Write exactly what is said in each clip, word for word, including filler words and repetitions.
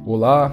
Olá,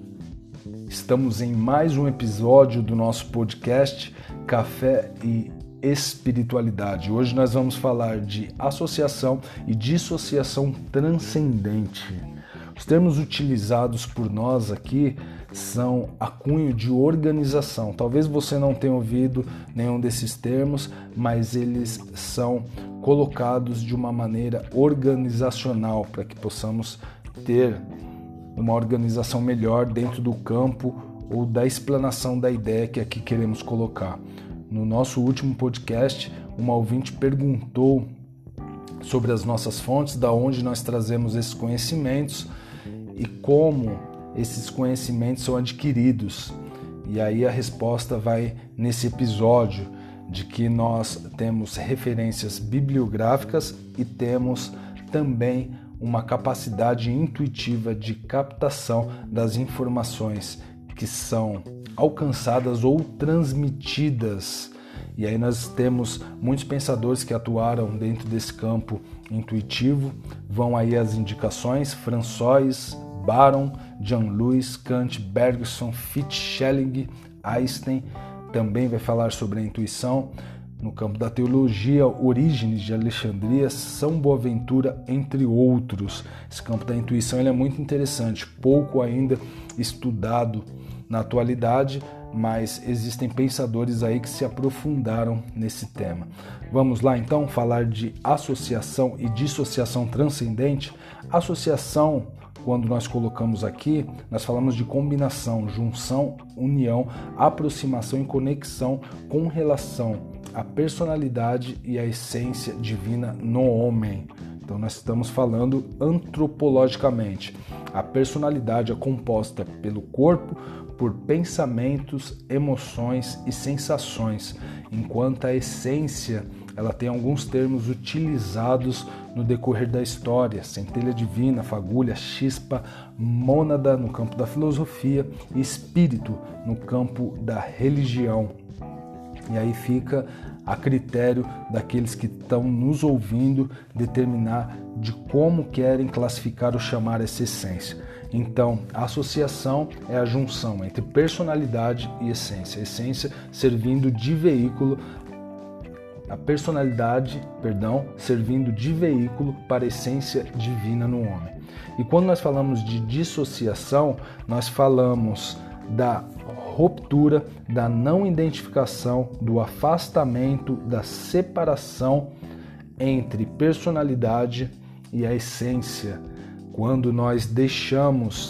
estamos em mais um episódio do nosso podcast Café e Espiritualidade. Hoje nós vamos falar de associação e dissociação transcendente. Os termos utilizados por nós aqui são a cunho de organização. Talvez você não tenha ouvido nenhum desses termos, mas eles são colocados de uma maneira organizacional para que possamos ter uma organização melhor dentro do campo ou da explanação da ideia que aqui queremos colocar. No nosso último podcast, uma ouvinte perguntou sobre as nossas fontes, da onde nós trazemos esses conhecimentos e como esses conhecimentos são adquiridos. E aí a resposta vai nesse episódio, de que nós temos referências bibliográficas e temos também uma capacidade intuitiva de captação das informações que são alcançadas ou transmitidas. E aí nós temos muitos pensadores que atuaram dentro desse campo intuitivo. Vão aí as indicações: François, Baron, Jean-Louis, Kant, Bergson, Fichte-Schelling, Einstein. Também vai falar sobre a intuição. No campo da teologia, Orígenes de Alexandria, São Boaventura, entre outros. Esse campo da intuição ele é muito interessante, pouco ainda estudado na atualidade, mas existem pensadores aí que se aprofundaram nesse tema. Vamos lá então falar de associação e dissociação transcendente. Associação, quando nós colocamos aqui, nós falamos de combinação, junção, união, aproximação e conexão com relação à personalidade e à essência divina no homem. Então nós estamos falando antropologicamente. A personalidade é composta pelo corpo por pensamentos, emoções e sensações, enquanto a essência ela tem alguns termos utilizados no decorrer da história: centelha divina, fagulha, chispa, mônada no campo da filosofia e espírito no campo da religião. E aí fica a critério daqueles que estão nos ouvindo determinar de como querem classificar ou chamar essa essência. Então, a associação é a junção entre personalidade e essência. A essência servindo de veículo, a personalidade, perdão, servindo de veículo para a essência divina no homem. E quando nós falamos de dissociação, nós falamos da ruptura, da não identificação, do afastamento, da separação entre personalidade e a essência. Quando nós deixamos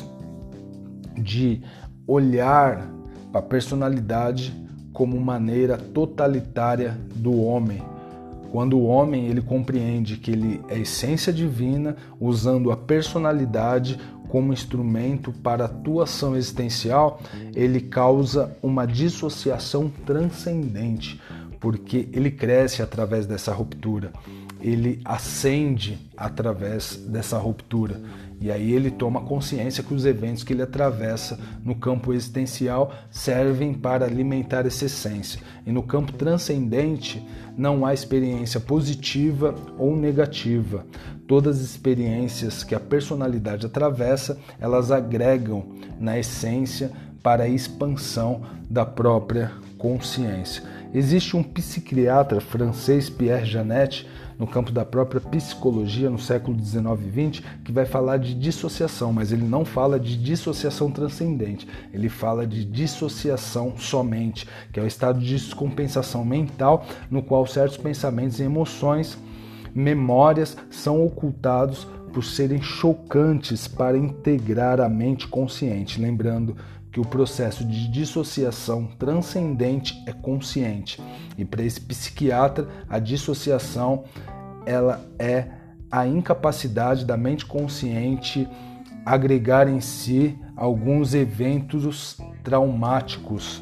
de olhar para a personalidade como maneira totalitária do homem. Quando o homem ele compreende que ele é essência divina, usando a personalidade como instrumento para a atuação existencial, ele causa uma dissociação transcendente, porque ele cresce através dessa ruptura, ele ascende através dessa ruptura. E aí ele toma consciência que os eventos que ele atravessa no campo existencial servem para alimentar essa essência. E no campo transcendente não há experiência positiva ou negativa. Todas as experiências que a personalidade atravessa, elas agregam na essência para a expansão da própria consciência. Existe um psiquiatra francês, Pierre Janet, no campo da própria psicologia, no século dezenove e vinte, que vai falar de dissociação, mas ele não fala de dissociação transcendente, ele fala de dissociação somente, que é o estado de descompensação mental, no qual certos pensamentos e emoções, memórias, são ocultados por serem chocantes para integrar a mente consciente. Lembrando que o processo de dissociação transcendente é consciente. E para esse psiquiatra, a dissociação ela é a incapacidade da mente consciente agregar em si alguns eventos traumáticos.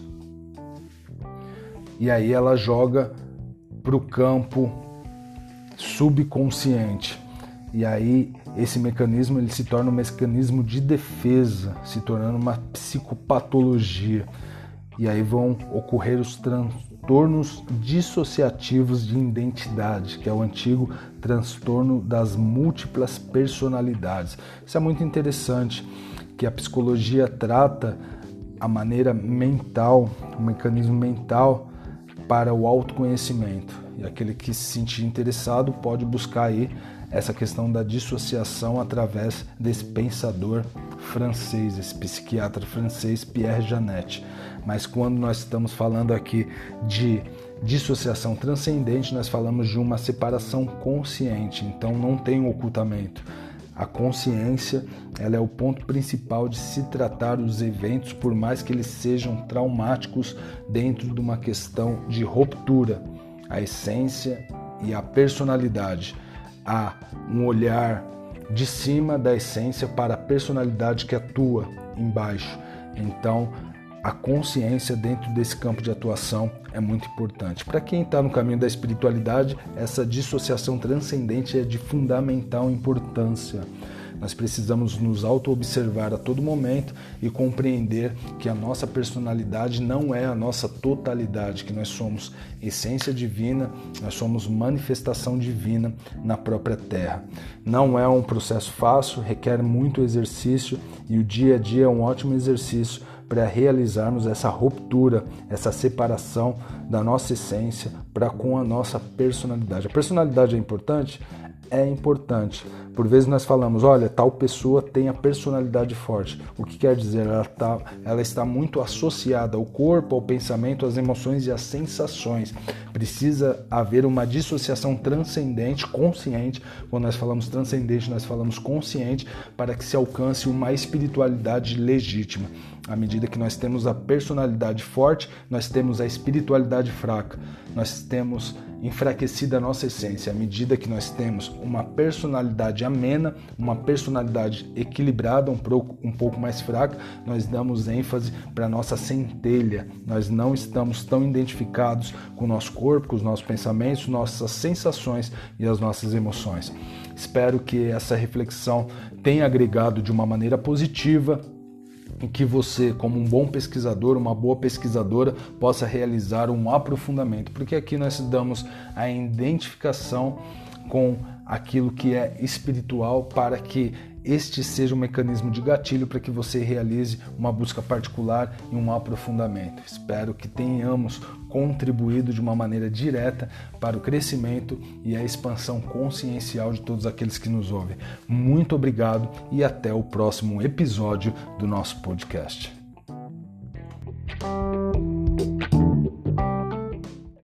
E aí ela joga para o campo subconsciente. E aí esse mecanismo ele se torna um mecanismo de defesa, se tornando uma psicopatologia. E aí vão ocorrer os transtornos dissociativos de identidade, que é o antigo transtorno das múltiplas personalidades. Isso é muito interessante, que a psicologia trata a maneira mental, o mecanismo mental para o autoconhecimento. E aquele que se sentir interessado pode buscar aí essa questão da dissociação através desse pensador francês, esse psiquiatra francês Pierre Janet. Mas quando nós estamos falando aqui de dissociação transcendente, nós falamos de uma separação consciente, então não tem um ocultamento. A consciência, ela é o ponto principal de se tratar os eventos, por mais que eles sejam traumáticos, dentro de uma questão de ruptura. A essência e a personalidade. Há um olhar de cima da essência para a personalidade que atua embaixo. Então, a consciência dentro desse campo de atuação é muito importante. Para quem está no caminho da espiritualidade, essa dissociação transcendente é de fundamental importância. Nós precisamos nos auto-observar a todo momento e compreender que a nossa personalidade não é a nossa totalidade, que nós somos essência divina, nós somos manifestação divina na própria Terra. Não é um processo fácil, requer muito exercício e o dia a dia é um ótimo exercício para realizarmos essa ruptura, essa separação da nossa essência para com a nossa personalidade. A personalidade é importante? É importante. Por vezes nós falamos, olha, tal pessoa tem a personalidade forte. O que quer dizer? Ela, tá, ela está muito associada ao corpo, ao pensamento, às emoções e às sensações. Precisa haver uma dissociação transcendente, consciente. Quando nós falamos transcendente, nós falamos consciente, para que se alcance uma espiritualidade legítima. À medida que nós temos a personalidade forte, nós temos a espiritualidade fraca. Nós temos enfraquecida a nossa essência. À medida que nós temos uma personalidade amena, uma personalidade equilibrada, um pouco, um pouco mais fraca, nós damos ênfase para a nossa centelha. Nós não estamos tão identificados com o nosso corpo, com os nossos pensamentos, nossas sensações e as nossas emoções. Espero que essa reflexão tenha agregado de uma maneira positiva em que você, como um bom pesquisador, uma boa pesquisadora, possa realizar um aprofundamento, porque aqui nós damos a identificação com aquilo que é espiritual para que este seja um mecanismo de gatilho para que você realize uma busca particular e um aprofundamento. Espero que tenhamos contribuído de uma maneira direta para o crescimento e a expansão consciencial de todos aqueles que nos ouvem. Muito obrigado e até o próximo episódio do nosso podcast.